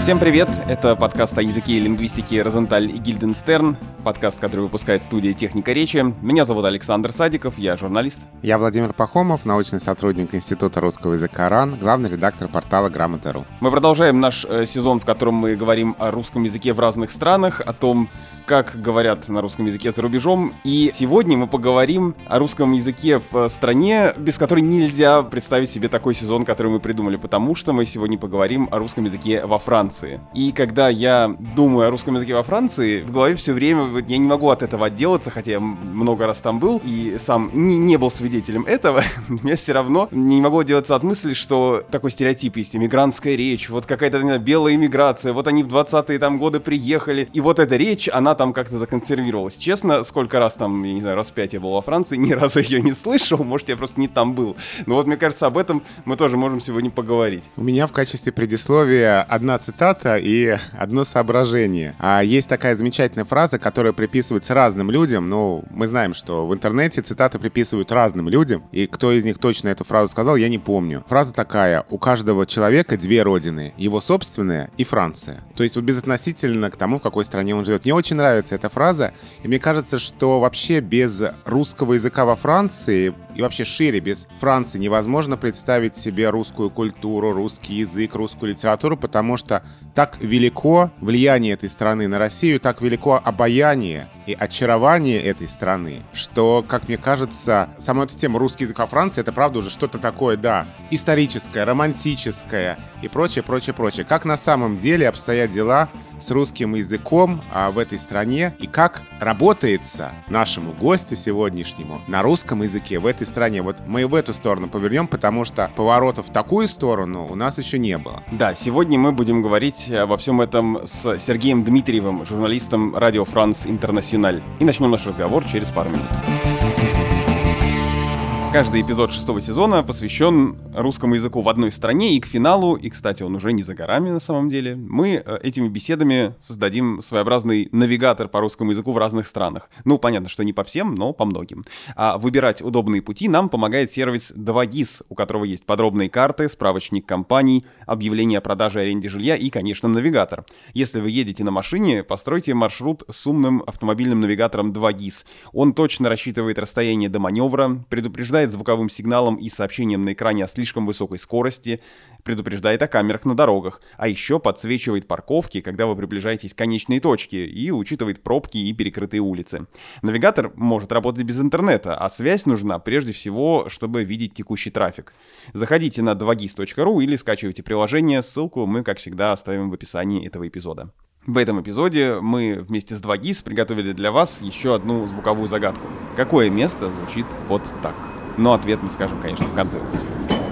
Всем привет! Это подкаст о языке и лингвистике «Розенталь и Гильденстерн», подкаст, который выпускает студия «Техника речи». Меня зовут Александр Садиков, я журналист. Я Владимир Пахомов, научный сотрудник Института русского языка РАН, главный редактор портала Грамота.ру. Мы продолжаем наш сезон, в котором мы говорим о русском языке в разных странах, о том, как говорят на русском языке за рубежом. И сегодня мы поговорим о русском языке в стране, без которой нельзя представить себе такой сезон, который мы придумали, потому что мы сегодня поговорим о русском языке во Франции. И когда я думаю о русском языке во Франции, в голове все время, я не могу от этого отделаться, хотя я много раз там был и сам не был свидетелем этого, я все равно не могу отделаться от мысли, что такой стереотип есть, иммигрантская речь, вот какая-то, не знаю, белая иммиграция, вот они в 20-е там годы приехали, и вот эта речь, она там как-то законсервировалась. Честно, сколько раз там, я не знаю, раз 5 я был во Франции, ни разу ее не слышал, может, я просто не там был. Но вот, мне кажется, об этом мы тоже можем сегодня поговорить. У меня в качестве предисловия одна цитата и одно соображение. Есть такая замечательная фраза, которая приписывается разным людям. Ну, мы знаем, что в интернете цитаты приписывают разным людям, и кто из них точно эту фразу сказал, я не помню. Фраза такая: у каждого человека две родины, его собственная и Франция. То есть вот безотносительно к тому, в какой стране он живет. Мне очень нравится эта фраза, и мне кажется, что вообще без русского языка во Франции и вообще шире без Франции невозможно представить себе русскую культуру, русский язык, русскую литературу, потому что так велико влияние этой страны на Россию, так велико обаяние и очарование этой страны, что, как мне кажется, сама эта тема русский язык во Франции — это, правда, уже что-то такое, да, историческое, романтическое и прочее, прочее, прочее. Как на самом деле обстоят дела с русским языком в этой стране и как работается нашему гостю сегодняшнему на русском языке в этой стране. Вот мы в эту сторону повернем, потому что поворотов в такую сторону у нас еще не было. Да, сегодня мы будем говорить обо всем этом с Сергеем Дмитриевым, журналистом Радио Франс Интернасьональ. И начнем наш разговор через пару минут. Каждый эпизод 6-го сезона посвящен русскому языку в одной стране, и к финалу, и, кстати, он уже не за горами на самом деле, мы этими беседами создадим своеобразный навигатор по русскому языку в разных странах. Ну, понятно, что не по всем, но по многим. А выбирать удобные пути нам помогает сервис 2GIS, у которого есть подробные карты, справочник компаний, объявления о продаже и аренде жилья и, конечно, навигатор. Если вы едете на машине, постройте маршрут с умным автомобильным навигатором 2GIS. Он точно рассчитывает расстояние до маневра, предупреждает звуковым сигналом и сообщением на экране о слишком высокой скорости, предупреждает о камерах на дорогах, а еще подсвечивает парковки, когда вы приближаетесь к конечной точке, и учитывает пробки и перекрытые улицы. Навигатор может работать без интернета, а связь нужна прежде всего, чтобы видеть текущий трафик. Заходите на 2gis.ru или скачивайте приложение, ссылку мы, как всегда, оставим в описании этого эпизода. В этом эпизоде мы вместе с 2GIS приготовили для вас еще одну звуковую загадку. Какое место звучит вот так? Но ответ мы скажем, конечно, в конце выпуска.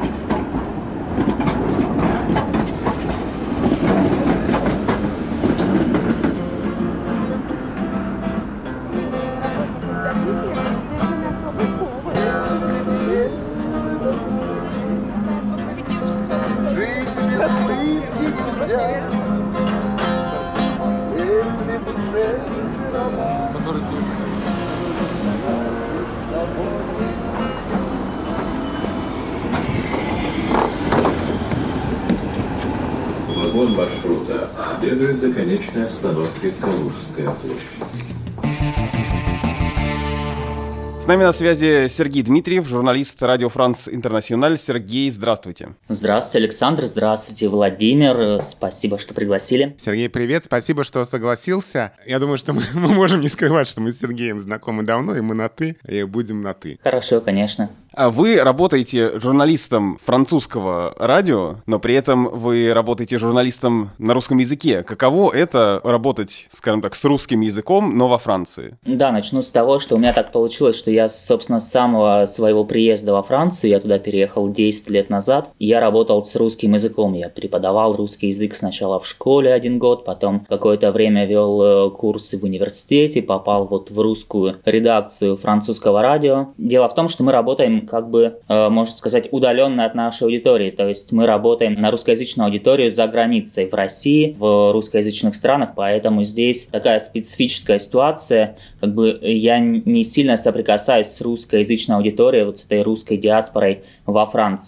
Вагон маршрута следует до конечной остановки Калужская площадь. С нами на связи Сергей Дмитриев, журналист Радио Франс Интернасьональ. Сергей, здравствуйте. Здравствуйте, Александр. Здравствуйте, Владимир. Спасибо, что пригласили. Сергей, привет. Спасибо, что согласился. Я думаю, что мы можем не скрывать, что мы с Сергеем знакомы давно, и мы на «ты», и будем на «ты». Хорошо, конечно. Вы работаете журналистом французского радио, но при этом вы работаете журналистом на русском языке. Каково это работать, скажем так, с русским языком, но во Франции? Да, начну с того, что у меня так получилось, что я, собственно, с самого своего приезда во Францию, я туда переехал 10 лет назад, я работал с русским языком. Я преподавал русский язык сначала в школе 1 год, потом какое-то время вел курсы в университете, попал вот в русскую редакцию французского радио. Дело в том, что мы работаем как бы, можно сказать, удаленно от нашей аудитории. То есть мы работаем на русскоязычную аудиторию за границей, в России, в русскоязычных странах, поэтому здесь такая специфическая ситуация. Как бы я не сильно соприкасаюсь с русскоязычной аудиторией, вот с этой русской диаспорой во Франции.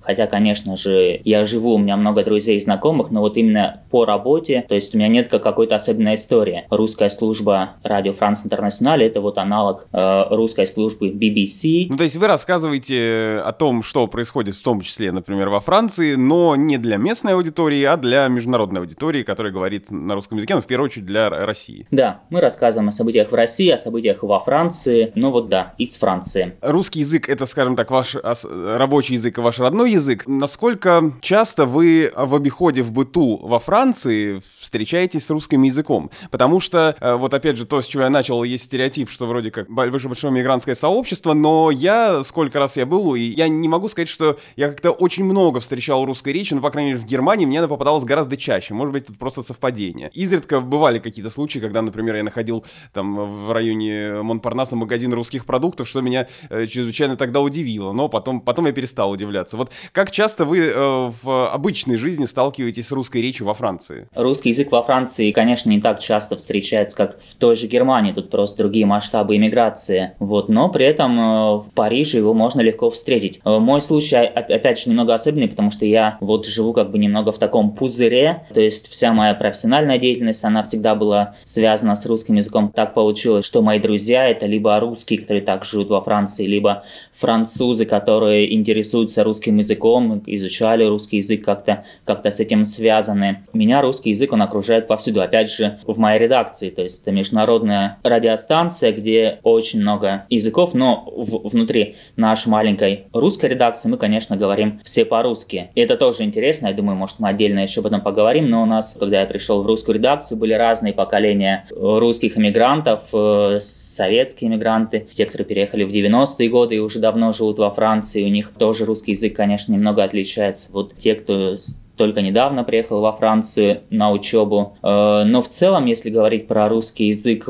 Хотя, конечно же, я живу, у меня много друзей и знакомых, но вот именно по работе, то есть у меня нет какой-то особенной истории. Русская служба Радио Франс Интернациональ — это вот аналог русской службы BBC. Ну, то есть вы рассказываете о том, что происходит в том числе, например, во Франции, но не для местной аудитории, а для международной аудитории, которая говорит на русском языке, но в первую очередь для России. Да, мы рассказываем о событиях в России, о событиях во Франции, ну вот да, из Франции. Русский язык — это, скажем так, ваш рабочий язык и ваш родной язык. Насколько часто вы в обиходе в быту во Франции встречаетесь с русским языком? Потому что, вот опять же, то, с чего я начал, есть стереотип, что вроде как большое мигрантское сообщество, но сколько раз я был, и я не могу сказать, что я как-то очень много встречал русской речи, но, по крайней мере, в Германии мне она попадалась гораздо чаще. Может быть, это просто совпадение. Изредка бывали какие-то случаи, когда, например, я находил там в районе Монпарнаса магазин русских продуктов, что меня чрезвычайно тогда удивило, но потом я перестал удивляться. Вот как часто вы в обычной жизни сталкиваетесь с русской речью во Франции? Русский язык во Франции, конечно, не так часто встречается, как в той же Германии, тут просто другие масштабы иммиграции. Вот, но при этом в Париже его можно легко встретить. Мой случай, опять же, немного особенный, потому что я вот живу как бы немного в таком пузыре, то есть вся моя профессиональная деятельность, она всегда была связана с русским языком. Так получилось, что мои друзья — это либо русские, которые так живут во Франции, либо французы, которые интересуются русским языком, изучали русский язык, как-то с этим связаны. Меня русский язык, он окружает повсюду. Опять же, в моей редакции, то есть это международная радиостанция, где очень много языков, но внутри нашей маленькой русской редакции мы, конечно, говорим все по-русски. И это тоже интересно, я думаю, может, мы отдельно еще об этом поговорим, но у нас, когда я пришел в русскую редакцию, были разные поколения русских эмигрантов, советские эмигранты, те, которые переехали в 90-е годы и уже давно живут во Франции, у них тоже русский язык, конечно, немного отличается. Вот те, кто только недавно приехал во Францию на учебу. Но в целом, если говорить про русский язык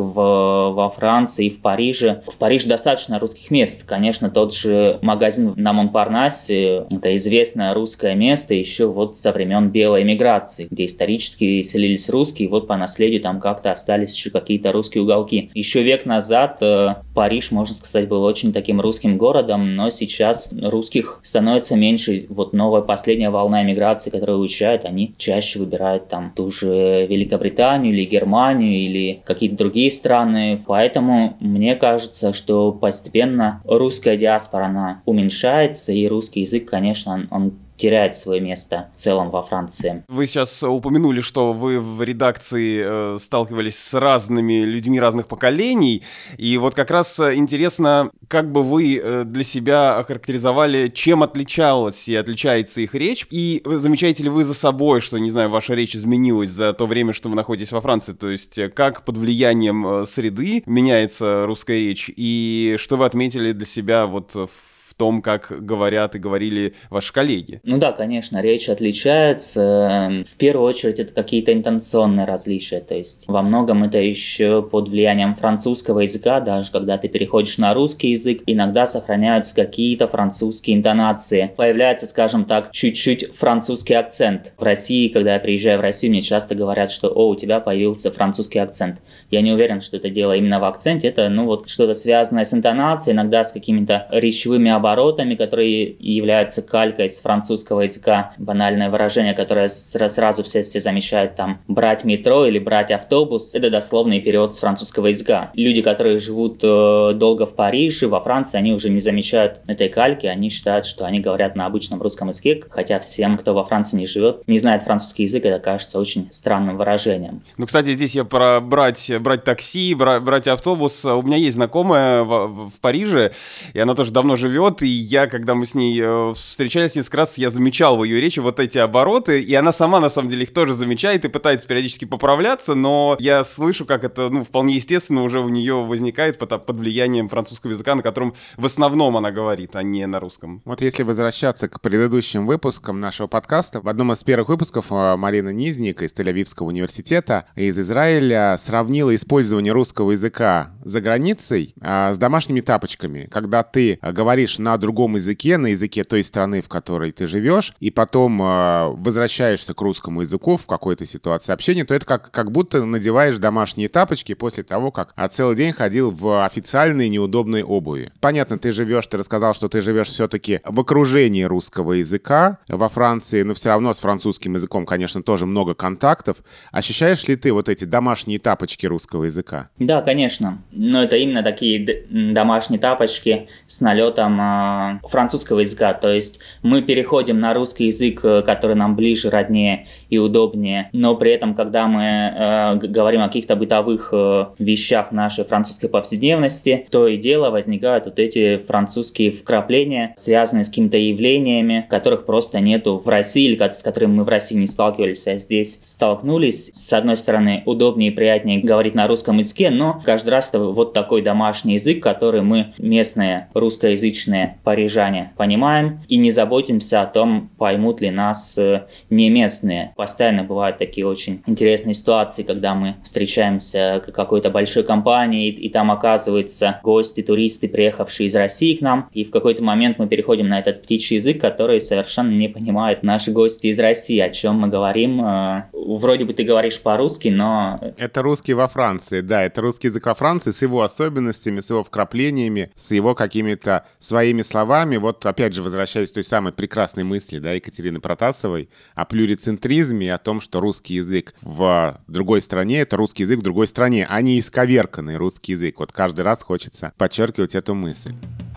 во Франции и в Париже достаточно русских мест. Конечно, тот же магазин на Монпарнасе, это известное русское место еще вот со времен белой эмиграции, где исторически селились русские, и вот по наследию там как-то остались еще какие-то русские уголки. Еще век назад Париж, можно сказать, был очень таким русским городом, но сейчас русских становится меньше. Вот новая последняя волна эмиграции, которая уезжают, они чаще выбирают там ту же Великобританию или Германию или какие-то другие страны. Поэтому мне кажется, что постепенно русская диаспора, она уменьшается, и русский язык, конечно, он теряет свое место в целом во Франции. Вы сейчас упомянули, что вы в редакции сталкивались с разными людьми разных поколений, и вот как раз интересно, как бы вы для себя охарактеризовали, чем отличалась и отличается их речь, и замечаете ли вы за собой, что, не знаю, ваша речь изменилась за то время, что вы находитесь во Франции, то есть как под влиянием среды меняется русская речь, и что вы отметили для себя вот в том, как говорят и говорили ваши коллеги? Ну да, конечно, речь отличается. В первую очередь это какие-то интонационные различия, то есть во многом это еще под влиянием французского языка, даже когда ты переходишь на русский язык, иногда сохраняются какие-то французские интонации. Появляется, скажем так, чуть-чуть французский акцент. В России, когда я приезжаю в Россию, мне часто говорят, что у тебя появился французский акцент. Я не уверен, что это дело именно в акценте, это вот что-то связанное с интонацией, иногда с какими-то речевыми оборотами, которые являются калькой с французского языка. Банальное выражение, которое сразу все замечают, там, брать метро или брать автобус, это дословный перевод с французского языка. Люди, которые живут долго в Париже, во Франции, они уже не замечают этой кальки, они считают, что они говорят на обычном русском языке, хотя всем, кто во Франции не живет, не знает французский язык, это кажется очень странным выражением. Ну, кстати, здесь я про брать такси, брать автобус. У меня есть знакомая в Париже, и она тоже давно живет, и я, когда мы с ней встречались несколько раз, я замечал в ее речи вот эти обороты, и она сама, на самом деле, их тоже замечает и пытается периодически поправляться, но я слышу, как это, вполне естественно уже у нее возникает под влиянием французского языка, на котором в основном она говорит, а не на русском. Вот если возвращаться к предыдущим выпускам нашего подкаста, в одном из первых выпусков Марина Низник из Тель-Авивского университета из Израиля сравнила использование русского языка за границей с домашними тапочками. Когда ты говоришь на другом языке, на языке той страны, в которой ты живешь, и потом возвращаешься к русскому языку в какой-то ситуации общения, то это как будто надеваешь домашние тапочки после того, как целый день ходил в официальной неудобной обуви. Понятно, ты рассказал, что ты живешь все-таки в окружении русского языка во Франции, но все равно с французским языком, конечно, тоже много контактов. Ощущаешь ли ты вот эти домашние тапочки русского языка? Да, конечно. Но это именно такие домашние тапочки с налетом французского языка. То есть мы переходим на русский язык, который нам ближе, роднее и удобнее. Но при этом, когда мы говорим о каких-то бытовых вещах нашей французской повседневности, то и дело возникают вот эти французские вкрапления, связанные с какими-то явлениями, которых просто нету в России, или с которыми мы в России не сталкивались, а здесь столкнулись. С одной стороны, удобнее и приятнее говорить на русском языке, но каждый раз это вот такой домашний язык, который мы, местные русскоязычные парижане, понимаем и не заботимся о том, поймут ли нас не местные. Постоянно бывают такие очень интересные ситуации, когда мы встречаемся в какой-то большой компании, и там оказываются гости, туристы, приехавшие из России к нам, и в какой-то момент мы переходим на этот птичий язык, который совершенно не понимают наши гости из России, о чем мы говорим. Вроде бы ты говоришь по-русски, но... Это русский во Франции, да, это русский язык во Франции с его особенностями, с его вкраплениями, с его какими-то своими словами. Вот опять же, возвращаясь к той самой прекрасной мысли, да, Екатерины Протасовой о плюрицентризме и о том, что русский язык в другой стране — это русский язык в другой стране, а не исковерканный русский язык. Вот каждый раз хочется подчеркивать эту мысль.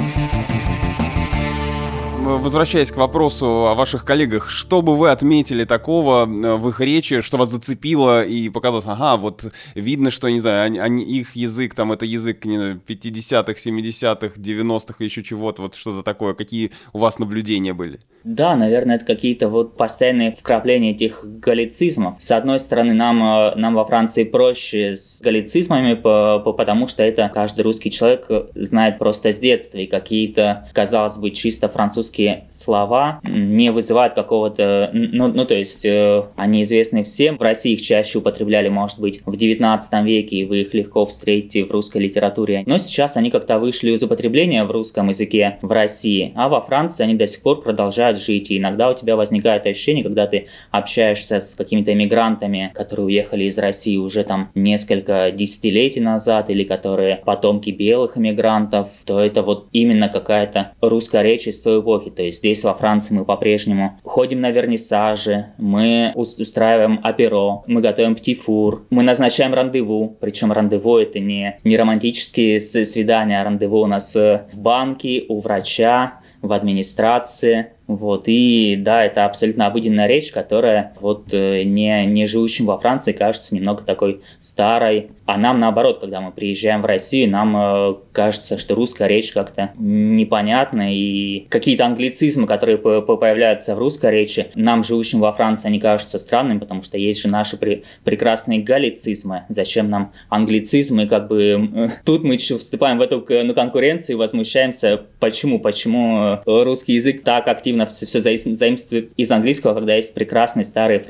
Возвращаясь к вопросу о ваших коллегах, что бы вы отметили такого в их речи, что вас зацепило и показалось, ага, вот видно, что, не знаю, их язык, там, это язык 50-х, 70-х, 90-х, еще чего-то, вот что-то такое. Какие у вас наблюдения были? Да, наверное, это какие-то вот постоянные вкрапления этих галлицизмов. С одной стороны, нам во Франции проще с галлицизмами, потому что это каждый русский человек знает просто с детства, и какие-то, казалось бы, чисто французские слова не вызывают какого-то... то есть они известны всем. В России их чаще употребляли, может быть, в 19 веке, и вы их легко встретите в русской литературе. Но сейчас они как-то вышли из употребления в русском языке в России, а во Франции они до сих пор продолжают жить. И иногда у тебя возникает ощущение, когда ты общаешься с какими-то эмигрантами, которые уехали из России уже там несколько десятилетий назад, или которые потомки белых эмигрантов, то это вот именно какая-то русская речь из той эпохи. То есть здесь во Франции мы по-прежнему ходим на вернисажи, мы устраиваем аперо, мы готовим птифур, мы назначаем рандеву, причем рандеву это не романтические свидания, а рандеву у нас в банке, у врача, в администрации. Вот, и да, это абсолютно обыденная речь, которая вот не живущим во Франции кажется немного такой старой. А нам наоборот, когда мы приезжаем в Россию, нам кажется, что русская речь как-то непонятна, и какие-то англицизмы, которые появляются в русской речи, нам, живущим во Франции, они кажутся странными, потому что есть же наши прекрасные галлицизмы. Зачем нам англицизмы? Как бы тут мы вступаем в эту конкуренцию и возмущаемся, почему русский язык так активно все заимствует из английского, когда есть прекрасные старые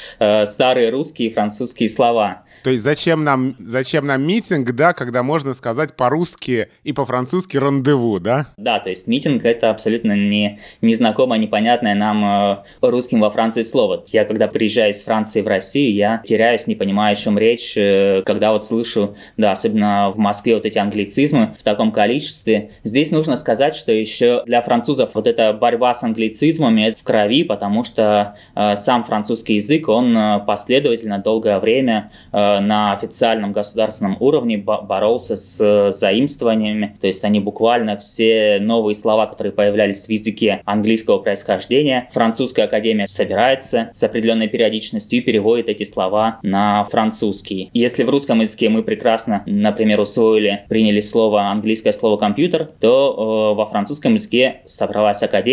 русские и французские слова. То есть зачем нам митинг, да, когда можно сказать по-русски и по-французски рандеву, да? Да, то есть митинг — это абсолютно незнакомое, непонятное нам русским во Франции слово. Я, когда приезжаю из Франции в Россию, я теряюсь, не понимаю, о чем речь, когда вот слышу, да, особенно в Москве вот эти англицизмы в таком количестве. Здесь нужно сказать, что еще для французов вот эта борьба с англицизмами в крови, потому что сам французский язык, он последовательно долгое время на официальном государственном уровне боролся с заимствованиями, то есть они буквально все новые слова, которые появлялись в языке английского происхождения, французская академия собирается с определенной периодичностью и переводит эти слова на французский. Если в русском языке мы прекрасно, например, приняли английское слово компьютер, то во французском языке собралась академия и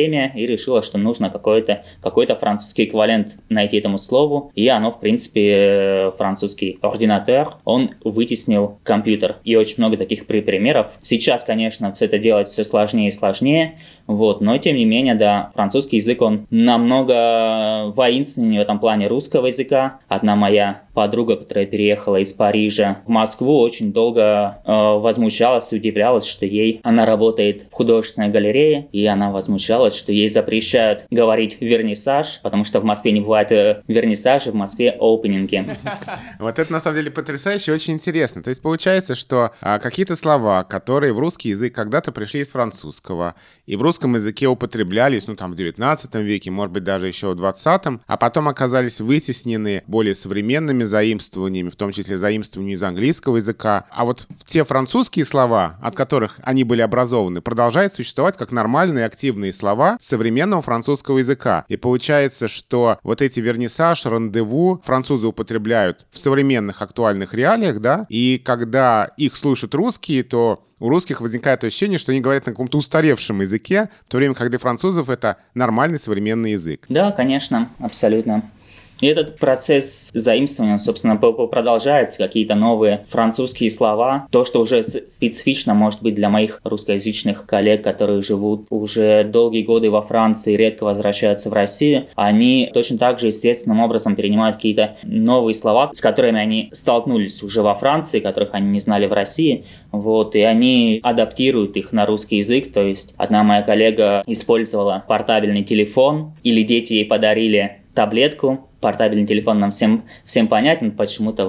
решила, что нужно какой-то французский эквивалент найти этому слову, и оно, в принципе, французский ординатор, он вытеснил компьютер. И очень много таких примеров. Сейчас, конечно, все это делать все сложнее и сложнее, но тем не менее, да, французский язык, он намного воинственнее в этом плане русского языка. Одна моя подруга, которая переехала из Парижа в Москву, очень долго возмущалась и удивлялась, что она работает в художественной галерее, и она возмущалась, что ей запрещают говорить вернисаж, потому что в Москве не бывает вернисажа, в Москве опенинги. Вот это на самом деле потрясающе, очень интересно. То есть получается, что какие-то слова, которые в русский язык когда-то пришли из французского, и в русском языке употреблялись, в 19 веке, может быть, даже еще в 20-м, а потом оказались вытеснены более современными заимствованиями, в том числе заимствованиями из английского языка. А вот те французские слова, от которых они были образованы, продолжают существовать как нормальные активные слова современного французского языка. И получается, что вот эти вернисаж, рандеву французы употребляют в современных актуальных реалиях, да, и когда их слушают русские, то у русских возникает ощущение, что они говорят на каком-то устаревшем языке, в то время как для французов это нормальный современный язык. Да, конечно, абсолютно. И этот процесс заимствования, собственно, продолжается, какие-то новые французские слова. То, что уже специфично, может быть, для моих русскоязычных коллег, которые живут уже долгие годы во Франции и редко возвращаются в Россию, они точно так же естественным образом перенимают какие-то новые слова, с которыми они столкнулись уже во Франции, которых они не знали в России, и они адаптируют их на русский язык. То есть одна моя коллега использовала портабельный телефон, или дети ей подарили таблетку. Портабельный телефон нам всем понятен, почему-то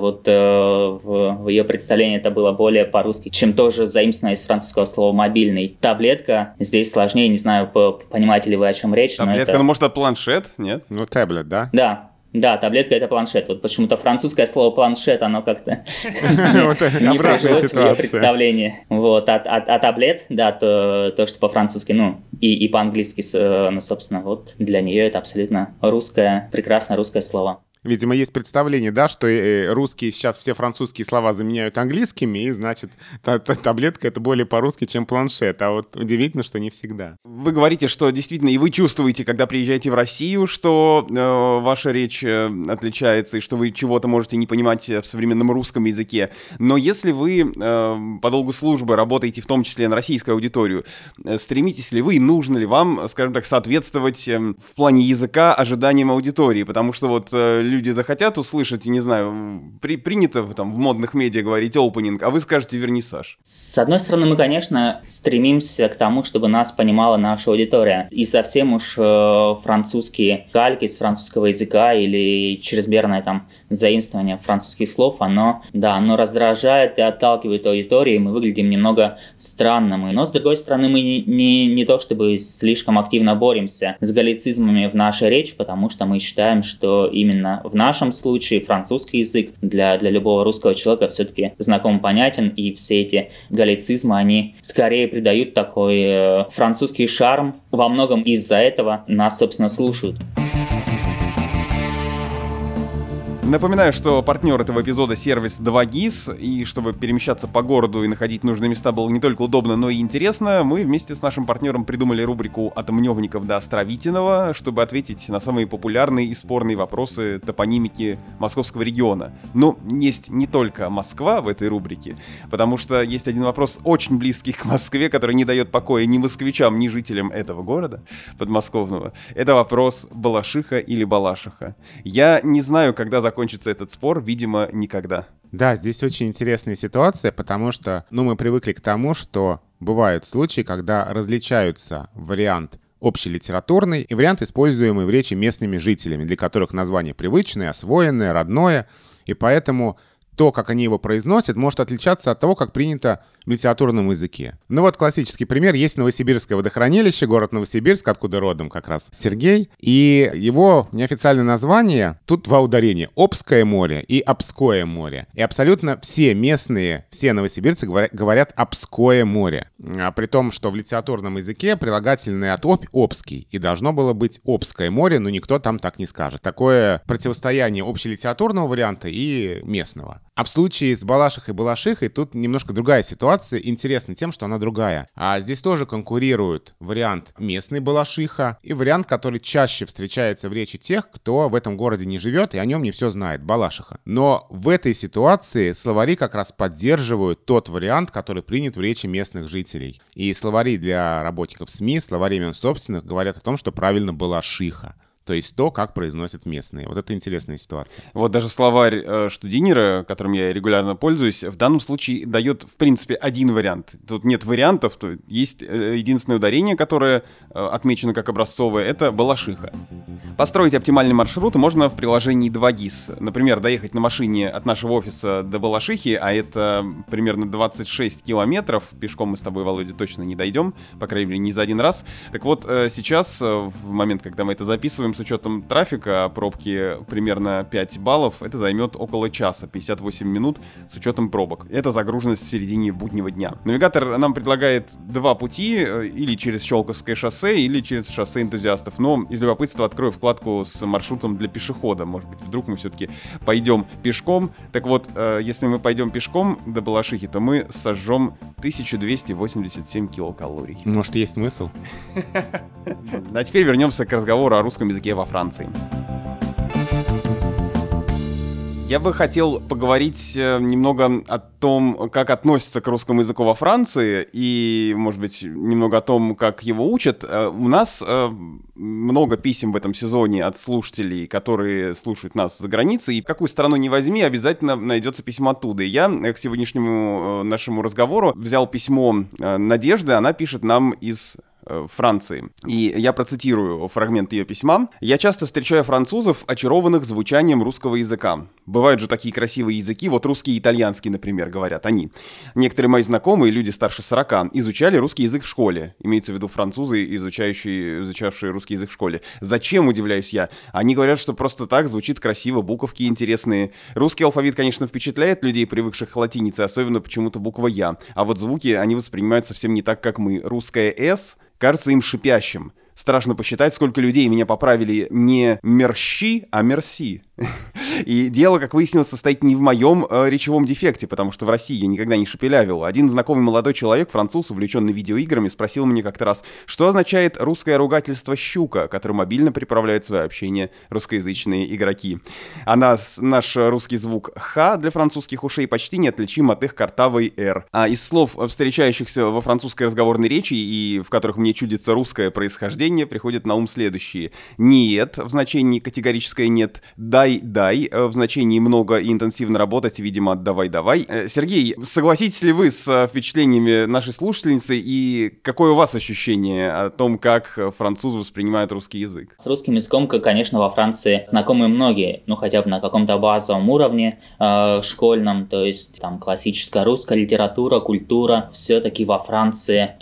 в ее представлении это было более по-русски, чем тоже заимствованное из французского слова «мобильный». Таблетка, здесь сложнее, не знаю, понимаете ли вы, о чем речь. Таблетка, может, это планшет, нет? Таблет, да? Да, таблетка — это планшет. Почему-то французское слово «планшет», оно как-то не прижилось в ее представлении. А таблет, да, то, что по-французски, и по-английски, собственно, для нее это абсолютно русское, прекрасное русское слово. Видимо, есть представление, да, что русские сейчас все французские слова заменяют английскими, и, значит, таблетка — это более по-русски, чем планшет. А вот удивительно, что не всегда. Вы говорите, что действительно и вы чувствуете, когда приезжаете в Россию, что ваша речь отличается, и что вы чего-то можете не понимать в современном русском языке. Но если вы по долгу службы работаете в том числе на российскую аудиторию, стремитесь ли вы, нужно ли вам, скажем так, соответствовать в плане языка ожиданиям аудитории? Потому что люди захотят услышать, не знаю, принято в модных медиа говорить опенинг, а вы скажете вернисаж. С одной стороны, мы, конечно, стремимся к тому, чтобы нас понимала наша аудитория. И совсем уж французские кальки с французского языка или чрезмерное заимствование французских слов, оно раздражает и отталкивает аудиторию, и мы выглядим немного странным. Но, с другой стороны, мы не то чтобы слишком активно боремся с галлицизмами в нашей речи, потому что мы считаем, что именно в нашем случае французский язык для любого русского человека все-таки знаком, понятен, и все эти галлицизмы, они скорее придают такой французский шарм. Во многом из-за этого нас, собственно, слушают. Напоминаю, что партнер этого эпизода — сервис 2GIS, и чтобы перемещаться по городу и находить нужные места было не только удобно, но и интересно, мы вместе с нашим партнером придумали рубрику «От Мневников до Островитиного», чтобы ответить на самые популярные и спорные вопросы топонимики московского региона. Но есть не только Москва в этой рубрике, потому что есть один вопрос очень близкий к Москве, который не дает покоя ни москвичам, ни жителям этого города подмосковного. Это вопрос Балашиха или Балашиха. Я не знаю, когда закончится этот спор, видимо, никогда. Да, здесь очень интересная ситуация, потому что, мы привыкли к тому, что бывают случаи, когда различаются вариант общелитературный и вариант, используемый в речи местными жителями, для которых название привычное, освоенное, родное, и поэтому то, как они его произносят, может отличаться от того, как принято в литературном языке. Классический пример. Есть Новосибирское водохранилище, город Новосибирск, откуда родом как раз Сергей. И его неофициальное название, тут два ударения: Обское море и Обское море. И абсолютно все местные, все новосибирцы говорят Обское море. При том, что в литературном языке прилагательное от Обский, и должно было быть Обское море, но никто там так не скажет. Такое противостояние общелитературного варианта и местного. А в случае с Балашихой и Балашихой тут немножко другая ситуация, ситуация интересна тем, что она другая. А здесь тоже конкурируют вариант местный балашиха и вариант, который чаще встречается в речи тех, кто в этом городе не живет и о нем не все знает, балашиха. Но в этой ситуации словари как раз поддерживают тот вариант, который принят в речи местных жителей. И словари для работников СМИ, словари имен собственных говорят о том, что правильно балашиха. То есть то, как произносят местные. Вот это интересная ситуация. Вот даже словарь Штудинера, которым я регулярно пользуюсь, в данном случае дает, в принципе, один вариант. Тут нет вариантов, то есть единственное ударение, которое отмечено как образцовое, это балашиха. Построить оптимальный маршрут можно в приложении 2GIS. Например, доехать на машине от нашего офиса до Балашихи, а это примерно 26 километров. Пешком мы с тобой, Володя, точно не дойдем, по крайней мере, не за один раз. Так вот, сейчас, в момент, когда мы это записываем, с учетом трафика, пробки примерно 5 баллов, это займет около часа, 58 минут с учетом пробок. Это загруженность в середине буднего дня. Навигатор нам предлагает два пути, или через Щелковское шоссе, или через шоссе энтузиастов. Но из любопытства открою вкладку с маршрутом для пешехода. Может быть, вдруг мы все-таки пойдем пешком. Так вот, если мы пойдем пешком до Балашихи, то мы сожжем 1287 килокалорий. Может, есть смысл? А теперь вернемся к разговору о русском языке во Франции. Я бы хотел поговорить немного о том, как относятся к русскому языку во Франции, и, может быть, немного о том, как его учат. У нас много писем в этом сезоне от слушателей, которые слушают нас за границей, и какую страну ни возьми, обязательно найдется письмо оттуда. И я к сегодняшнему нашему разговору взял письмо Надежды, она пишет нам из Франции. И я процитирую фрагмент ее письма. «Я часто встречаю французов, очарованных звучанием русского языка. Бывают же такие красивые языки, вот русский и итальянский, например, говорят они. Некоторые мои знакомые, люди старше 40, изучали русский язык в школе». Имеется в виду французы, изучавшие русский язык в школе. «Зачем, удивляюсь я? Они говорят, что просто так звучит красиво, буковки интересные. Русский алфавит, конечно, впечатляет людей, привыкших к латинице, особенно почему-то буква «Я». А вот звуки они воспринимают совсем не так, как мы. Русское «С» кажется им шипящим. Страшно посчитать, сколько людей меня поправили не «мерщи», а «мерси». И дело, как выяснилось, состоит не в моем речевом дефекте, потому что в России я никогда не шепелявил. Один знакомый молодой человек, француз, увлеченный видеоиграми, спросил меня как-то раз, что означает русское ругательство «щука», которым мобильно приправляют свое общение русскоязычные игроки. А наш русский звук «х» для французских ушей почти неотличим от их картавой «р». А из слов, встречающихся во французской разговорной речи и в которых мне чудится русское происхождение, приходят на ум следующие. «Нет» в значении категорическое «нет», «дай» в значении много и интенсивно работать, видимо, «давай». Сергей, согласитесь ли вы с впечатлениями нашей слушательницы и какое у вас ощущение о том, как французы воспринимают русский язык? С русским языком, конечно, во Франции знакомы многие, хотя бы на каком-то базовом уровне школьном, то есть там классическая русская литература, культура. Все-таки во Франции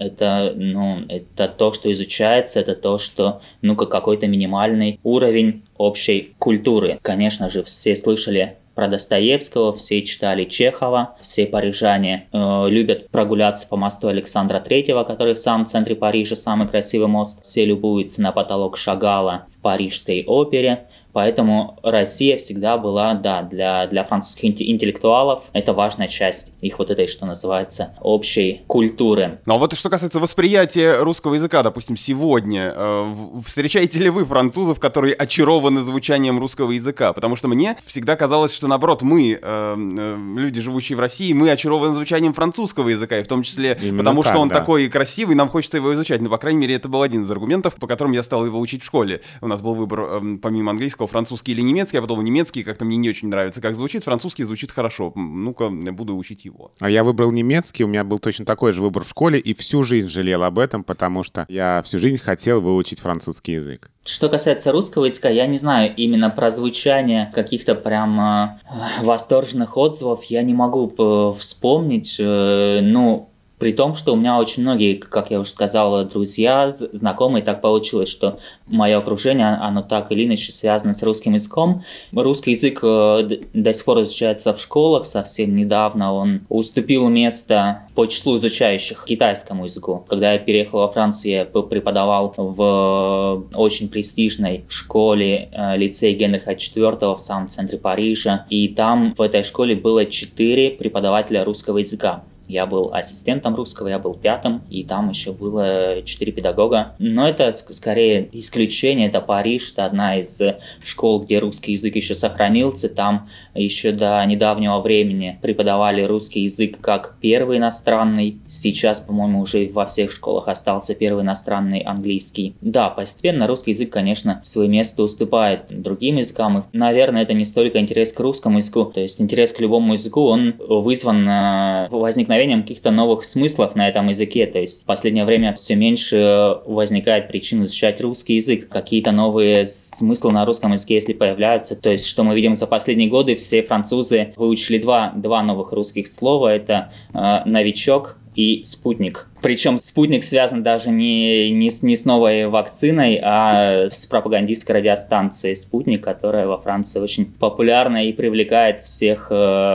это то, что изучается, это то, что как какой-то минимальный уровень общей культуры. Конечно же, все слышали про Достоевского, все читали Чехова, все парижане любят прогуляться по мосту Александра III, который в самом центре Парижа, самый красивый мост. Все любуются на потолок Шагала в Парижской опере. Поэтому Россия всегда была, для французских интеллектуалов это важная часть их вот этой, что называется, общей культуры. Ну а вот что касается восприятия русского языка, допустим, сегодня, встречаете ли вы французов, которые очарованы звучанием русского языка? Потому что мне всегда казалось, что наоборот, мы, люди, живущие в России, мы очарованы звучанием французского языка, и в том числе именно потому, что он такой красивый, нам хочется его изучать. Но, по крайней мере, это был один из аргументов, по которым я стал его учить в школе. У нас был выбор, помимо английского, французский или немецкий, а потом немецкий, как-то мне не очень нравится, как звучит. Французский звучит хорошо. Ну-ка, буду учить его. А я выбрал немецкий, у меня был точно такой же выбор в школе, и всю жизнь жалел об этом, потому что я всю жизнь хотел выучить французский язык. Что касается русского языка, я не знаю именно про звучание каких-то прям восторженных отзывов, я не могу вспомнить, при том, что у меня очень многие, как я уже сказал, друзья, знакомые, так получилось, что мое окружение, оно так или иначе связано с русским языком. Русский язык до сих пор изучается в школах, совсем недавно он уступил место по числу изучающих китайскому языку. Когда я переехал во Францию, я преподавал в очень престижной школе, лицей Генриха IV в самом центре Парижа, и там в этой школе было 4 преподавателя русского языка. Я был ассистентом русского, я был 5-м, и там еще было 4 педагога. Но это скорее исключение, это Париж, это одна из школ, где русский язык еще сохранился. Там еще до недавнего времени преподавали русский язык как первый иностранный. Сейчас, по-моему, уже во всех школах остался первый иностранный английский. Да, постепенно русский язык, конечно, свое место уступает другим языкам. И, наверное, это не столько интерес к русскому языку, то есть интерес к любому языку, он вызван возникновением каких-то новых смыслов на этом языке. То есть в последнее время все меньше возникает причин изучать русский язык. Какие-то новые смыслы на русском языке, если появляются. То есть, что мы видим за последние годы, все французы выучили два новых русских слова. Это «новичок» и «спутник». Причем спутник связан даже не с новой вакциной, а с пропагандистской радиостанцией «Спутник», которая во Франции очень популярна и привлекает всех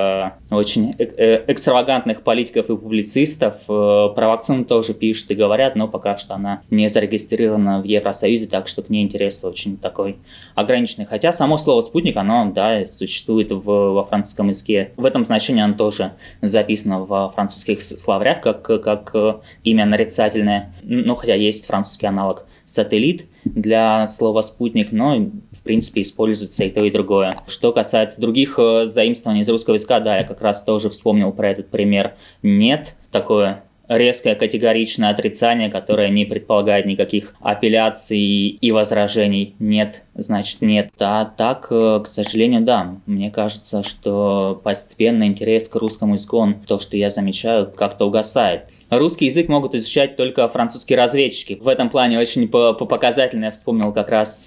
очень экстравагантных политиков и публицистов. Про вакцину тоже пишут и говорят, но пока что она не зарегистрирована в Евросоюзе, так что к ней интерес очень такой ограниченный. Хотя само слово «спутник», оно, да, существует во французском языке. В этом значении оно тоже записано во французских словарях как имя нарицательное, ну, хотя есть французский аналог «сателлит» для слова «спутник», но, в принципе, используется и то, и другое. Что касается других заимствований из русского языка, да, я как раз тоже вспомнил про этот пример. Нет, такое резкое категоричное отрицание, которое не предполагает никаких апелляций и возражений. Нет, значит нет. А так, к сожалению, да. Мне кажется, что постепенно интерес к русскому языку, то, что я замечаю, как-то угасает. Русский язык могут изучать только французские разведчики. В этом плане очень показательно я вспомнил как раз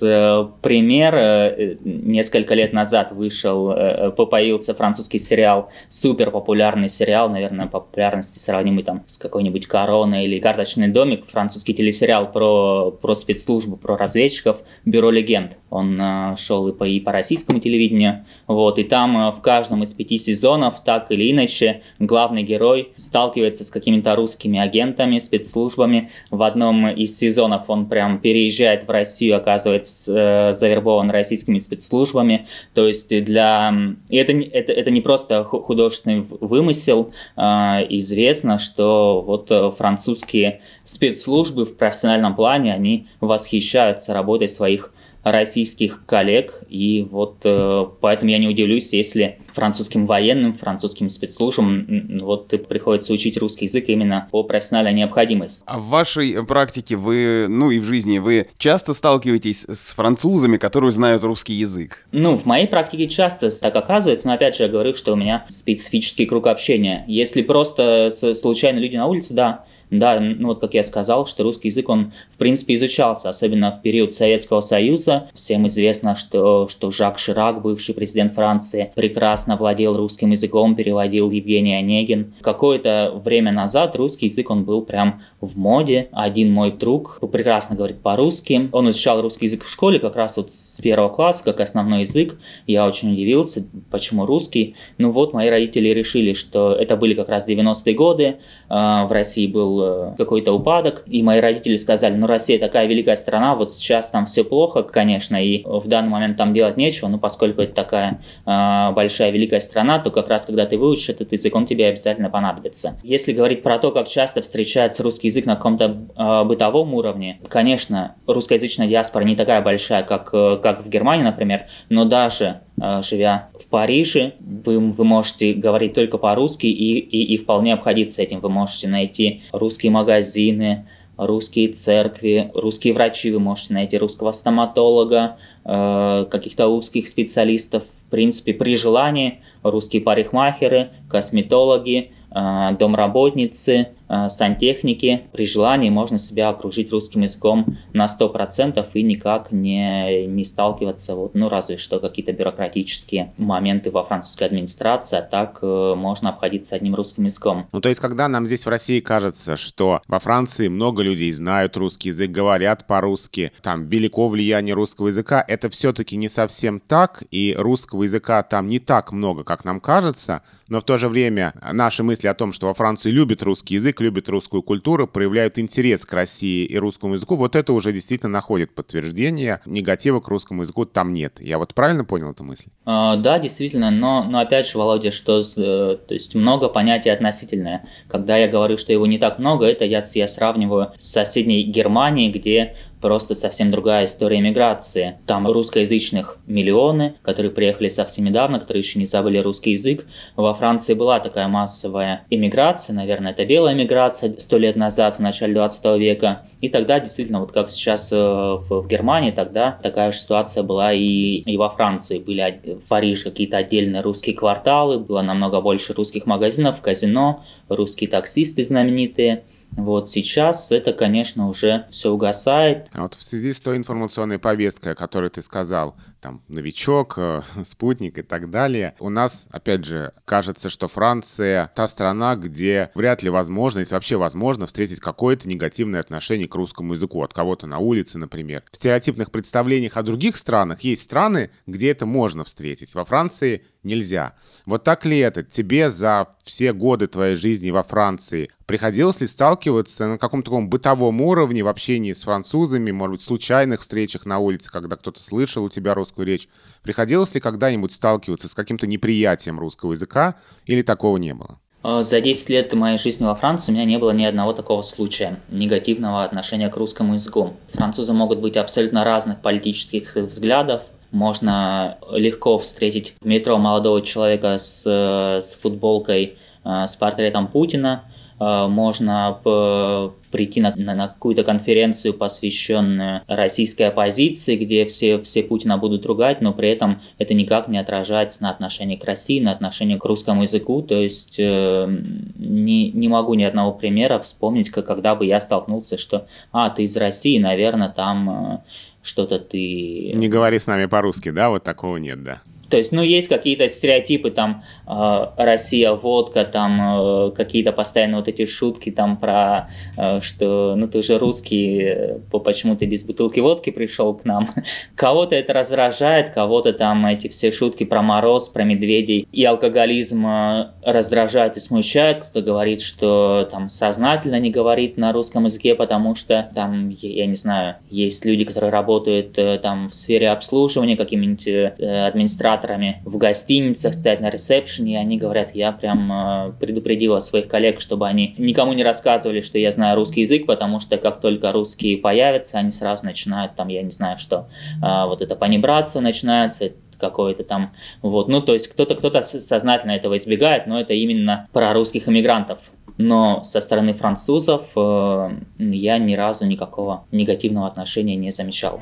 пример. Несколько лет назад появился французский сериал, супер популярный сериал, наверное, популярности сравнимый там с какой-нибудь «Короной» или «Карточный домик», французский телесериал про спецслужбу, про разведчиков «Бюро легенд». Он шел и по российскому телевидению. Вот, и там в каждом из 5 сезонов, так или иначе, главный герой сталкивается с какими-то русскими агентами, спецслужбами. В одном из сезонов он прям переезжает в Россию, оказывается завербован российскими спецслужбами. То есть это не просто художественный вымысел. Известно, что вот французские спецслужбы в профессиональном плане, они восхищаются работой своих российских коллег, и вот поэтому я не удивлюсь, если французским военным, французским спецслужбам вот приходится учить русский язык именно по профессиональной необходимости. А в вашей практике вы, ну и в жизни, вы часто сталкиваетесь с французами, которые знают русский язык? Ну, в моей практике часто так оказывается, но опять же я говорю, что у меня специфический круг общения. Если просто случайно люди на улице, да, ну вот как я сказал, что русский язык, он в принципе изучался, особенно в период Советского Союза. Всем известно, что Жак Ширак, бывший президент Франции, прекрасно владел русским языком, переводил Евгений Онегин. Какое-то время назад русский язык, он был прям в моде. Один мой друг прекрасно говорит по-русски. Он изучал русский язык в школе как раз вот с 1 класса, как основной язык. Я очень удивился, почему русский. Ну вот, мои родители решили, что это были как раз 90-е годы, в России был какой-то упадок, и мои родители сказали, ну Россия такая великая страна, вот сейчас там все плохо, конечно, и в данный момент там делать нечего, но поскольку это такая большая великая страна, то как раз когда ты выучишь этот язык, он тебе обязательно понадобится. Если говорить про то, как часто встречается русский язык на каком-то бытовом уровне, конечно, русскоязычная диаспора не такая большая, как в Германии, например, но даже живя в Париже, вы можете говорить только по-русски и вполне обходиться этим. Вы можете найти русские магазины, русские церкви, русские врачи, вы можете найти русского стоматолога, каких-то узких специалистов. В принципе, при желании русские парикмахеры, косметологи, домработницы, сантехники. При желании можно себя окружить русским языком на 100% и никак не сталкиваться, разве что какие-то бюрократические моменты во французской администрации, а так можно обходиться одним русским языком. Ну, то есть, когда нам здесь в России кажется, что во Франции много людей знают русский язык, говорят по-русски, там велико влияние русского языка, это все-таки не совсем так, и русского языка там не так много, как нам кажется, но в то же время наши мысли о том, что во Франции любят русский язык, человек любит русскую культуру, проявляют интерес к России и русскому языку, вот это уже действительно находит подтверждение. Негатива к русскому языку там нет. Я вот правильно понял эту мысль? Да, действительно, но опять же, Володя, что то есть много понятий относительное. Когда я говорю, что его не так много, это я сравниваю с соседней Германией, где просто совсем другая история миграции. Там русскоязычных миллионы, которые приехали совсем недавно, которые еще не забыли русский язык. Во Франции была такая массовая иммиграция, наверное, это белая миграция 100 лет назад, в начале 20 века. И тогда действительно, вот как сейчас в Германии, тогда такая же ситуация была и во Франции. Были в Париже какие-то отдельные русские кварталы, было намного больше русских магазинов, казино, русские таксисты знаменитые. Вот сейчас это, конечно, уже все угасает. А вот в связи с той информационной повесткой, о которой ты сказал, там, новичок, спутник и так далее, у нас, опять же, кажется, что Франция та страна, где вряд ли возможно, если вообще возможно, встретить какое-то негативное отношение к русскому языку от кого-то на улице, например. В стереотипных представлениях о других странах есть страны, где это можно встретить. Во Франции нельзя. Вот так ли это? Тебе за все годы твоей жизни во Франции приходилось ли сталкиваться на каком-то таком бытовом уровне в общении с французами, может быть, в случайных встречах на улице, когда кто-то слышал у тебя русскую речь? Приходилось ли когда-нибудь сталкиваться с каким-то неприятием русского языка или такого не было? За 10 лет моей жизни во Франции у меня не было ни одного такого случая негативного отношения к русскому языку. Французы могут быть абсолютно разных политических взглядов. Можно легко встретить в метро молодого человека с футболкой с портретом Путина. Можно прийти на какую-то конференцию, посвященную российской оппозиции, где все Путина будут ругать, но при этом это никак не отражается на отношении к России, на отношении к русскому языку. То есть не могу ни одного примера вспомнить, когда бы я столкнулся, что ты из России, наверное, там что-то ты... Не говори с нами по-русски, да? Вот такого нет, да? То есть, есть какие-то стереотипы, там, Россия, водка, там, какие-то постоянно вот эти шутки, там, про, что, ты же русский, почему ты без бутылки водки пришел к нам. Кого-то это раздражает, кого-то там эти все шутки про мороз, про медведей и алкоголизм раздражают и смущают. Кто-то говорит, что, там, сознательно не говорит на русском языке, потому что, там, я не знаю, есть люди, которые работают, там, в сфере обслуживания, какими-нибудь администраторами, в гостиницах, стоять на ресепшене, и они говорят, я прям предупредила своих коллег, чтобы они никому не рассказывали, что я знаю русский язык, потому что как только русские появятся, они сразу начинают там, я не знаю что, вот это понебратство начинается, какое-то там, вот, то есть кто-то сознательно этого избегает, но это именно про русских иммигрантов. Но со стороны французов я ни разу никакого негативного отношения не замечал.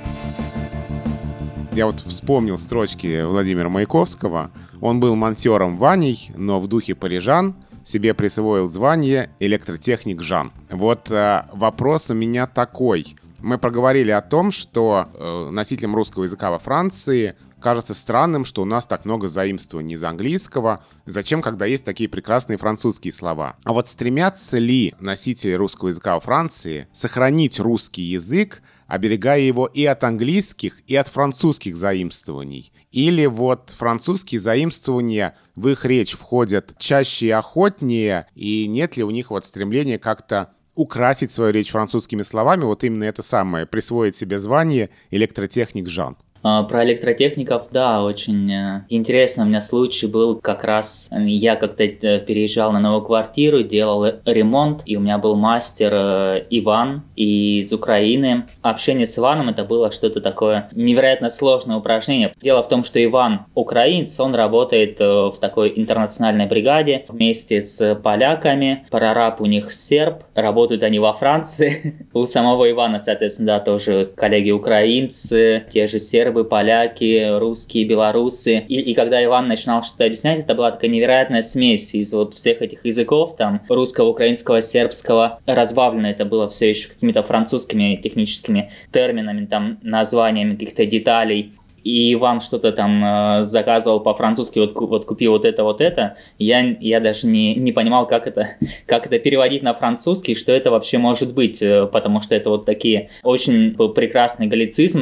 Я вот вспомнил строчки Владимира Маяковского. Он был монтёром Ваней, но в духе парижан себе присвоил звание электротехник Жан. Вот вопрос у меня такой. Мы проговорили о том, что носителям русского языка во Франции кажется странным, что у нас так много заимствований из английского. Зачем, когда есть такие прекрасные французские слова? А вот стремятся ли носители русского языка во Франции сохранить русский язык, оберегая его и от английских, и от французских заимствований? Или вот французские заимствования в их речь входят чаще и охотнее, и нет ли у них вот стремления как-то украсить свою речь французскими словами, вот именно это самое, присвоить себе звание электротехник Жан? Про электротехников, да, очень интересный у меня случай был. Как раз я как-то переезжал на новую квартиру, делал ремонт, и у меня был мастер Иван из Украины. Общение с Иваном — это было что-то такое невероятно сложное упражнение. Дело в том, что Иван украинец, он работает в такой интернациональной бригаде вместе с поляками. Прораб у них серб, работают они во Франции. У самого Ивана, соответственно, да, тоже коллеги украинцы, те же сербы, поляки, русские, белорусы. И когда Иван начинал что-то объяснять, это была такая невероятная смесь из вот всех этих языков, там, русского, украинского, сербского. Разбавлено это было все еще какими-то французскими техническими терминами, там, названиями каких-то деталей. И Иван что-то там заказывал по-французски, вот купи вот это. Я даже не понимал, как это переводить на французский, что это вообще может быть, потому что это вот такие очень прекрасные галлицизмы,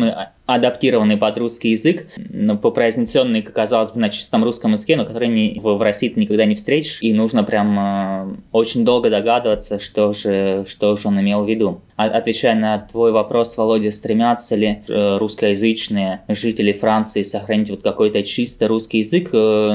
адаптированный под русский язык, но произнесенный, казалось бы, на чистом русском языке, но который в России ты никогда не встретишь, и нужно прям очень долго догадываться, что же он имел в виду. Отвечая на твой вопрос, Володя, стремятся ли русскоязычные жители Франции сохранить вот какой-то чисто русский язык?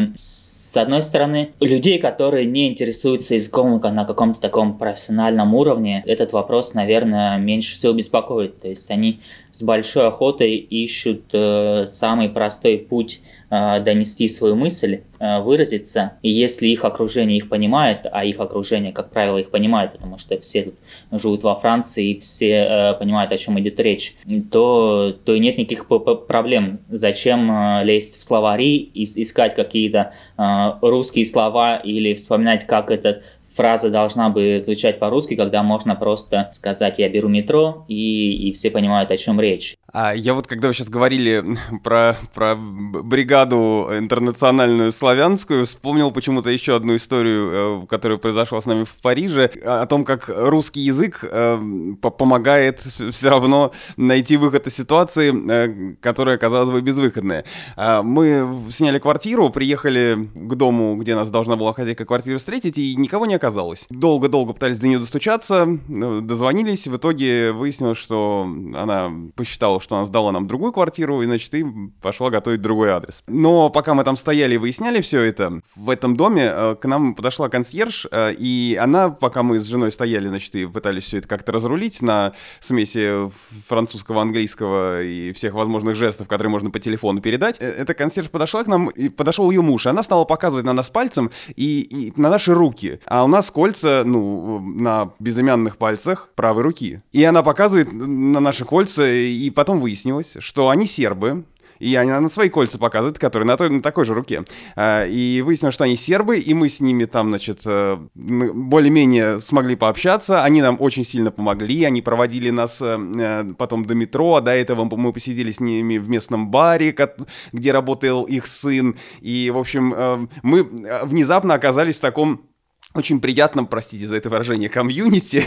С одной стороны, людей, которые не интересуются языком на каком-то таком профессиональном уровне, этот вопрос, наверное, меньше всего беспокоит. То есть они с большой охотой ищут самый простой путь донести свою мысль, выразиться. И если их окружение их понимает, а их окружение, как правило, их понимает, потому что все тут живут во Франции и все понимают, о чем идет речь, то и нет никаких проблем. Зачем лезть в словари, искать какие-то русские слова или вспоминать, как эта фраза должна бы звучать по-русски, когда можно просто сказать «я беру метро», и все понимают, о чем речь. А я вот, когда вы сейчас говорили про бригаду интернациональную славянскую, вспомнил почему-то еще одну историю, которая произошла с нами в Париже, о том, как русский язык помогает все равно найти выход из ситуации, которая, казалось бы, безвыходная. Мы сняли квартиру, приехали к дому, где нас должна была хозяйка квартиры встретить, и никого не оказалось. Долго-долго пытались до нее достучаться, дозвонились, в итоге выяснилось, что она посчитала, что она сдала нам другую квартиру, и, значит, и пошла готовить другой адрес. Но пока мы там стояли и выясняли все это, в этом доме к нам подошла консьерж, и она, пока мы с женой стояли, значит, и пытались все это как-то разрулить на смеси французского, английского и всех возможных жестов, которые можно по телефону передать, эта консьерж подошла к нам, и подошел ее муж, и она стала показывать на нас пальцем и на наши руки. А у нас кольца, на безымянных пальцах правой руки. И она показывает на наши кольца, и потом выяснилось, что они сербы, и она на свои кольца показывает, которые на такой же руке. И выяснилось, что они сербы, и мы с ними там, значит, более-менее смогли пообщаться. Они нам очень сильно помогли, они проводили нас потом до метро, а до этого мы посидели с ними в местном баре, где работал их сын. И, в общем, мы внезапно оказались в таком очень приятном, простите за это выражение, комьюнити,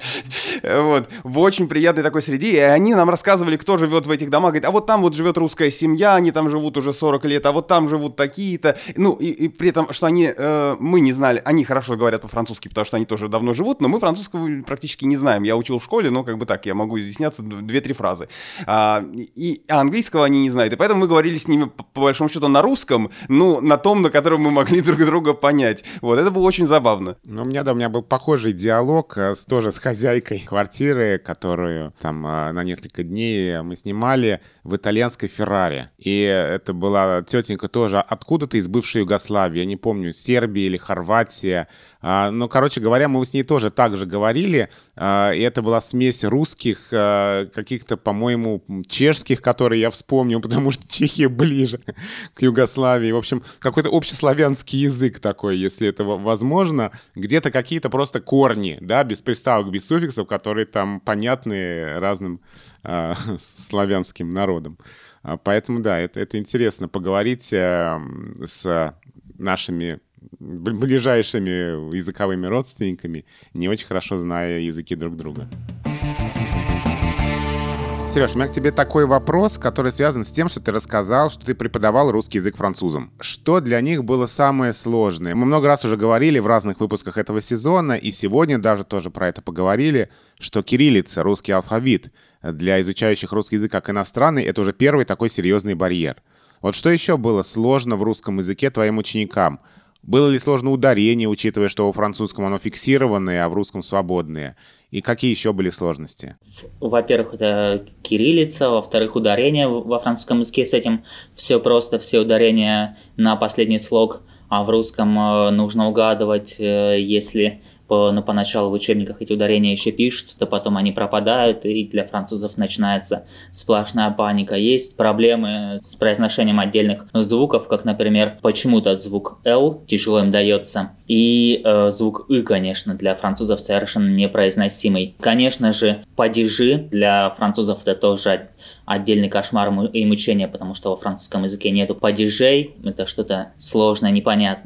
вот, в очень приятной такой среде, и они нам рассказывали, кто живет в этих домах, говорит, а вот там вот живет русская семья, они там живут уже 40 лет, а вот там живут такие-то, и при этом, что мы не знали, они хорошо говорят по-французски, потому что они тоже давно живут, но мы французского практически не знаем, я учил в школе, но как бы так, я могу изъясняться 2-3 фразы, а английского они не знают, и поэтому мы говорили с ними, по большому счету, на русском, на том, на котором мы могли друг друга понять, вот, это было очень забавно. У меня был похожий диалог тоже с хозяйкой квартиры, которую там на несколько дней мы снимали в итальянской Феррари. И это была тетенька тоже откуда-то из бывшей Югославии, я не помню, Сербия или Хорватия. Короче говоря, мы с ней тоже так же говорили, и это была смесь русских, каких-то, по-моему, чешских, которые я вспомнил, потому что Чехия ближе к Югославии. В общем, какой-то общеславянский язык такой, если это возможно. Где-то какие-то просто корни, да, без приставок, без суффиксов, которые там понятны разным славянским народам. Поэтому, да, это интересно поговорить с нашими ближайшими языковыми родственниками, не очень хорошо зная языки друг друга. Сереж, у меня к тебе такой вопрос, который связан с тем, что ты рассказал, что ты преподавал русский язык французам. Что для них было самое сложное? Мы много раз уже говорили в разных выпусках этого сезона, и сегодня даже тоже про это поговорили, что кириллица, русский алфавит, для изучающих русский язык как иностранный, это уже первый такой серьезный барьер. Вот что еще было сложно в русском языке твоим ученикам? Было ли сложно ударение, учитывая, что во французском оно фиксированное, а в русском свободное? И какие еще были сложности? Во-первых, это кириллица, во-вторых, ударение во французском языке, с этим все просто, все ударения на последний слог, а в русском нужно угадывать, если поначалу в учебниках эти ударения еще пишутся, то потом они пропадают, и для французов начинается сплошная паника. Есть проблемы с произношением отдельных звуков, как, например, почему-то звук «л» тяжело им дается, и звук «ы», конечно, для французов совершенно непроизносимый. Конечно же, падежи для французов это тоже отдельный кошмар и мучение, потому что во французском языке нету падежей, это что-то сложное, непонятное.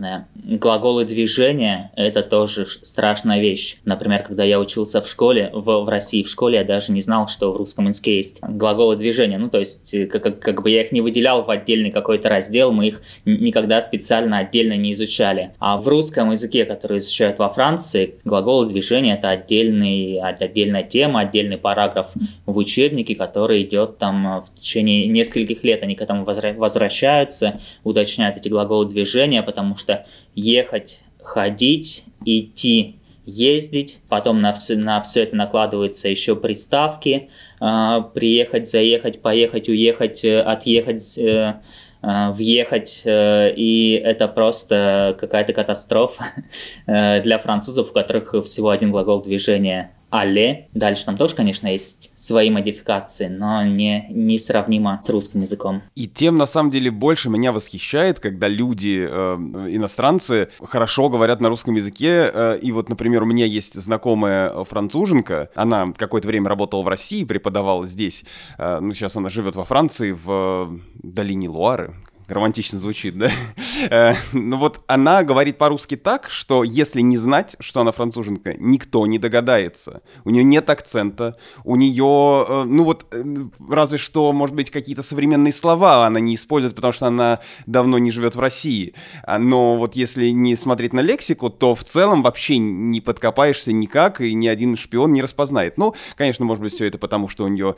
глаголы движения — это тоже страшная вещь. Например, когда я учился в школе, в России в школе, я даже не знал, что в русском языке есть глаголы движения. Ну, то есть, как бы я их не выделял в отдельный какой-то раздел, мы их никогда специально отдельно не изучали. А в русском языке, который изучают во Франции, глаголы движения — это отдельная тема, отдельный параграф в учебнике, который идет там в течение нескольких лет. Они к этому возвращаются, уточняют эти глаголы движения, потому что ехать, ходить, идти, ездить, потом на все это накладываются еще приставки: приехать, заехать, поехать, уехать, отъехать, въехать, и это просто какая-то катастрофа для французов, у которых всего один глагол движения — aller. Дальше там тоже, конечно, есть свои модификации, но не сравнимо с русским языком. И тем, на самом деле, больше меня восхищает, когда люди, иностранцы, хорошо говорят на русском языке. И вот, например, у меня есть знакомая француженка, она какое-то время работала в России, преподавала здесь, сейчас она живет во Франции, в долине Луары. Романтично звучит, да? Ну вот она говорит по-русски так, что если не знать, что она француженка, никто не догадается. У нее нет акцента, у нее, разве что, может быть, какие-то современные слова она не использует, потому что она давно не живет в России. Но вот если не смотреть на лексику, то в целом вообще не подкопаешься никак, и ни один шпион не распознает. Ну, конечно, может быть, все это потому, что у нее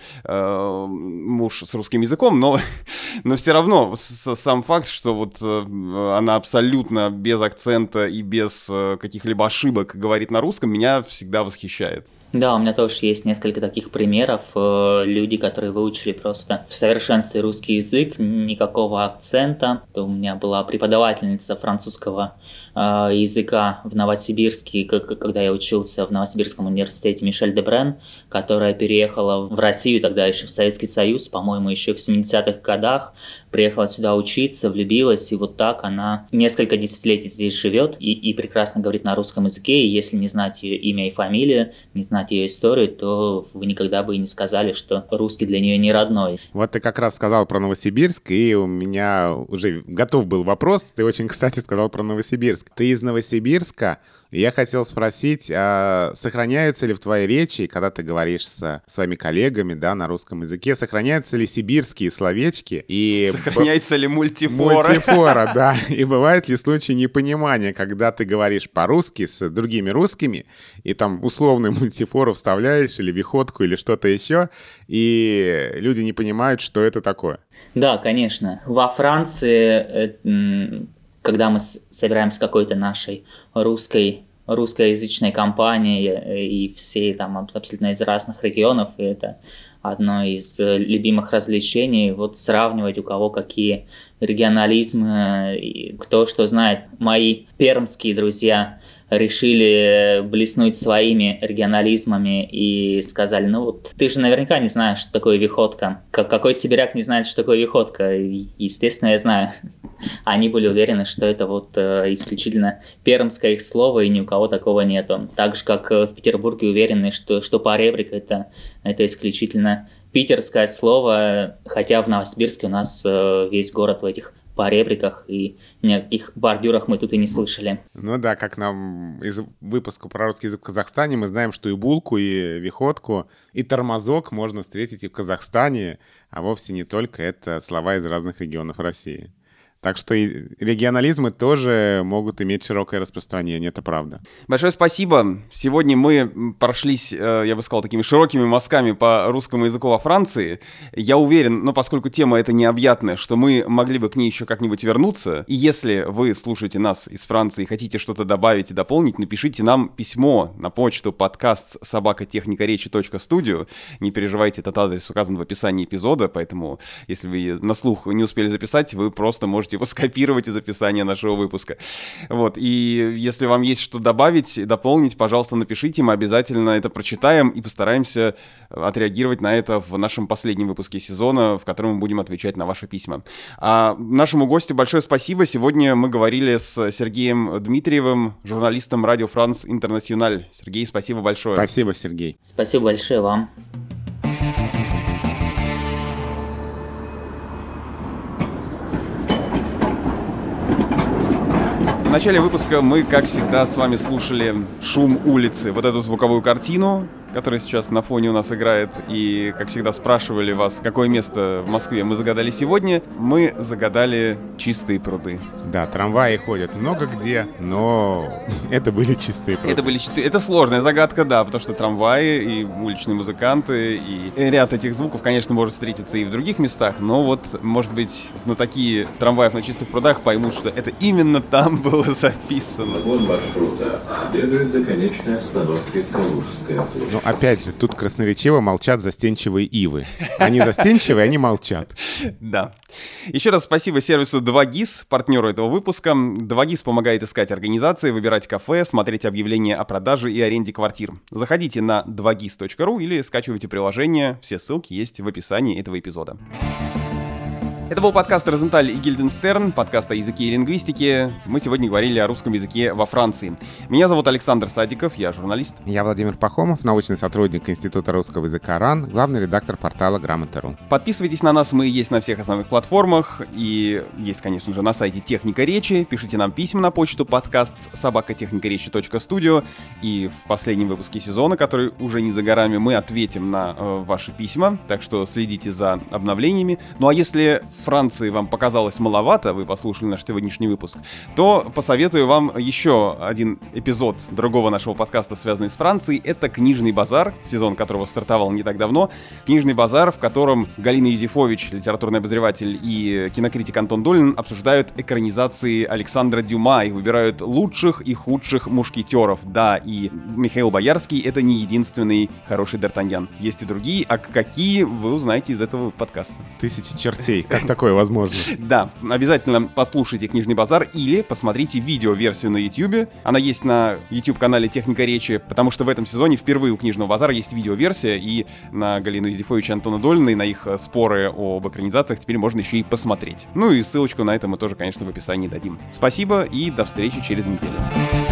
муж с русским языком, но все равно сам факт, что вот она абсолютно без акцента и без каких-либо ошибок говорит на русском, меня всегда восхищает. Да, у меня тоже есть несколько таких примеров. Люди, которые выучили просто в совершенстве русский язык, никакого акцента. У меня была преподавательница французского языка в Новосибирске, когда я учился в Новосибирском университете, Мишель Дебрен, которая переехала в Россию, тогда еще в Советский Союз, по-моему, еще в 70-х годах, приехала сюда учиться, влюбилась, и вот так она несколько десятилетий здесь живет и прекрасно говорит на русском языке, и если не знать ее имя и фамилию, не знать ее историю, то вы никогда бы и не сказали, что русский для нее не родной. Вот ты как раз сказал про Новосибирск, и у меня уже готов был вопрос. Ты очень, кстати, сказал про Новосибирск. Ты из Новосибирска, и я хотел спросить, сохраняются ли в твоей речи, когда ты говоришь со своими коллегами, да, на русском языке, сохраняются ли сибирские словечки? И сохраняется ли мультифора? Мультифора, да. И бывают ли случаи непонимания, когда ты говоришь по-русски с другими русскими, и там условную мультифору вставляешь, или виходку, или что-то еще, и люди не понимают, что это такое? Да, конечно. Во Франции, когда мы собираемся с какой-то нашей русскоязычной компанией, и все там абсолютно из разных регионов, и это одно из любимых развлечений, вот сравнивать, у кого какие регионализмы, и кто что знает. Мои пермские друзья решили блеснуть своими регионализмами и сказали: ну вот ты же наверняка не знаешь, что такое виходка. Какой сибиряк не знает, что такое виходка? Естественно, я знаю. Они были уверены, что это вот исключительно пермское их слово, и ни у кого такого нету. Так же, как в Петербурге уверены, что поребрик это исключительно питерское слово, хотя в Новосибирске у нас весь город в этих поребриках, и ни о каких бордюрах мы тут и не слышали. Ну да, как нам из выпуска про русский язык в Казахстане, мы знаем, что и булку, и виходку, и тормозок можно встретить и в Казахстане, а вовсе не только это слова из разных регионов России. Так что и регионализмы тоже могут иметь широкое распространение, это правда. Большое спасибо. Сегодня мы прошлись, я бы сказал, такими широкими мазками по русскому языку во Франции. Я уверен, но поскольку тема эта необъятная, что мы могли бы к ней еще как-нибудь вернуться. И если вы слушаете нас из Франции и хотите что-то добавить и дополнить, напишите нам письмо на почту podcast@техникаречи.студио. Не переживайте, этот адрес указан в описании эпизода, поэтому если вы на слух не успели записать, вы просто можете его скопировать из описания нашего выпуска. Вот, и если вам есть что добавить, дополнить, пожалуйста, напишите, мы обязательно это прочитаем и постараемся отреагировать на это в нашем последнем выпуске сезона, в котором мы будем отвечать на ваши письма. А нашему гостю большое спасибо. Сегодня мы говорили с Сергеем Дмитриевым, журналистом Радио Франс Интернациональ. Сергей, спасибо большое. Спасибо, Сергей. Спасибо большое вам. На начале выпуска мы, как всегда, с вами слушали «Шум улицы», вот эту звуковую картину, которая сейчас на фоне у нас играет, и, как всегда, спрашивали вас, какое место в Москве мы загадали сегодня. Мы загадали чистые пруды. Да, трамваи ходят много где, но это были чистые пруды. Это сложная загадка, да, потому что трамваи и уличные музыканты, и ряд этих звуков, конечно, может встретиться и в других местах, но вот, может быть, знатоки трамваев на чистых прудах поймут, что это именно там было записано. Вагон маршрута следует до конечной остановки Калужская площадь. Но опять же, тут красноречиво молчат застенчивые ивы. Они застенчивые, они молчат. Да. Еще раз спасибо сервису 2GIS, партнеру этого выпуска. 2GIS помогает искать организации, выбирать кафе, смотреть объявления о продаже и аренде квартир. Заходите на 2gis.ru или скачивайте приложение. Все ссылки есть в описании этого эпизода. Это был подкаст «Розенталь и Гильденстерн», подкаст о языке и лингвистике. Мы сегодня говорили о русском языке во Франции. Меня зовут Александр Садиков, я журналист. Я Владимир Пахомов, научный сотрудник Института русского языка РАН, главный редактор портала Грамота.ру. Подписывайтесь на нас, мы есть на всех основных платформах. И есть, конечно же, на сайте Техника Речи. Пишите нам письма на почту podcast@техникаречи.студио. И в последнем выпуске сезона, который уже не за горами, мы ответим на ваши письма. Так что следите за обновлениями. Ну а если Франции вам показалось маловато, вы послушали наш сегодняшний выпуск, то посоветую вам еще один эпизод другого нашего подкаста, связанный с Францией. Это «Книжный базар», сезон которого стартовал не так давно. «Книжный базар», в котором Галина Юзефович, литературный обозреватель, и кинокритик Антон Долин обсуждают экранизации Александра Дюма и выбирают лучших и худших мушкетеров. Да, и Михаил Боярский — это не единственный хороший Д'Артаньян. Есть и другие, а какие, вы узнаете из этого подкаста. Тысячи чертей. Как такое возможно? Да, обязательно послушайте «Книжный базар» или посмотрите видео-версию на YouTube. Она есть на YouTube-канале «Техника Речи», потому что в этом сезоне впервые у «Книжного базара» есть видео-версия, и на Галину Юзефович и Антона Долина, и на их споры об экранизациях теперь можно еще и посмотреть. Ну и ссылочку на это мы тоже, конечно, в описании дадим. Спасибо и до встречи через неделю.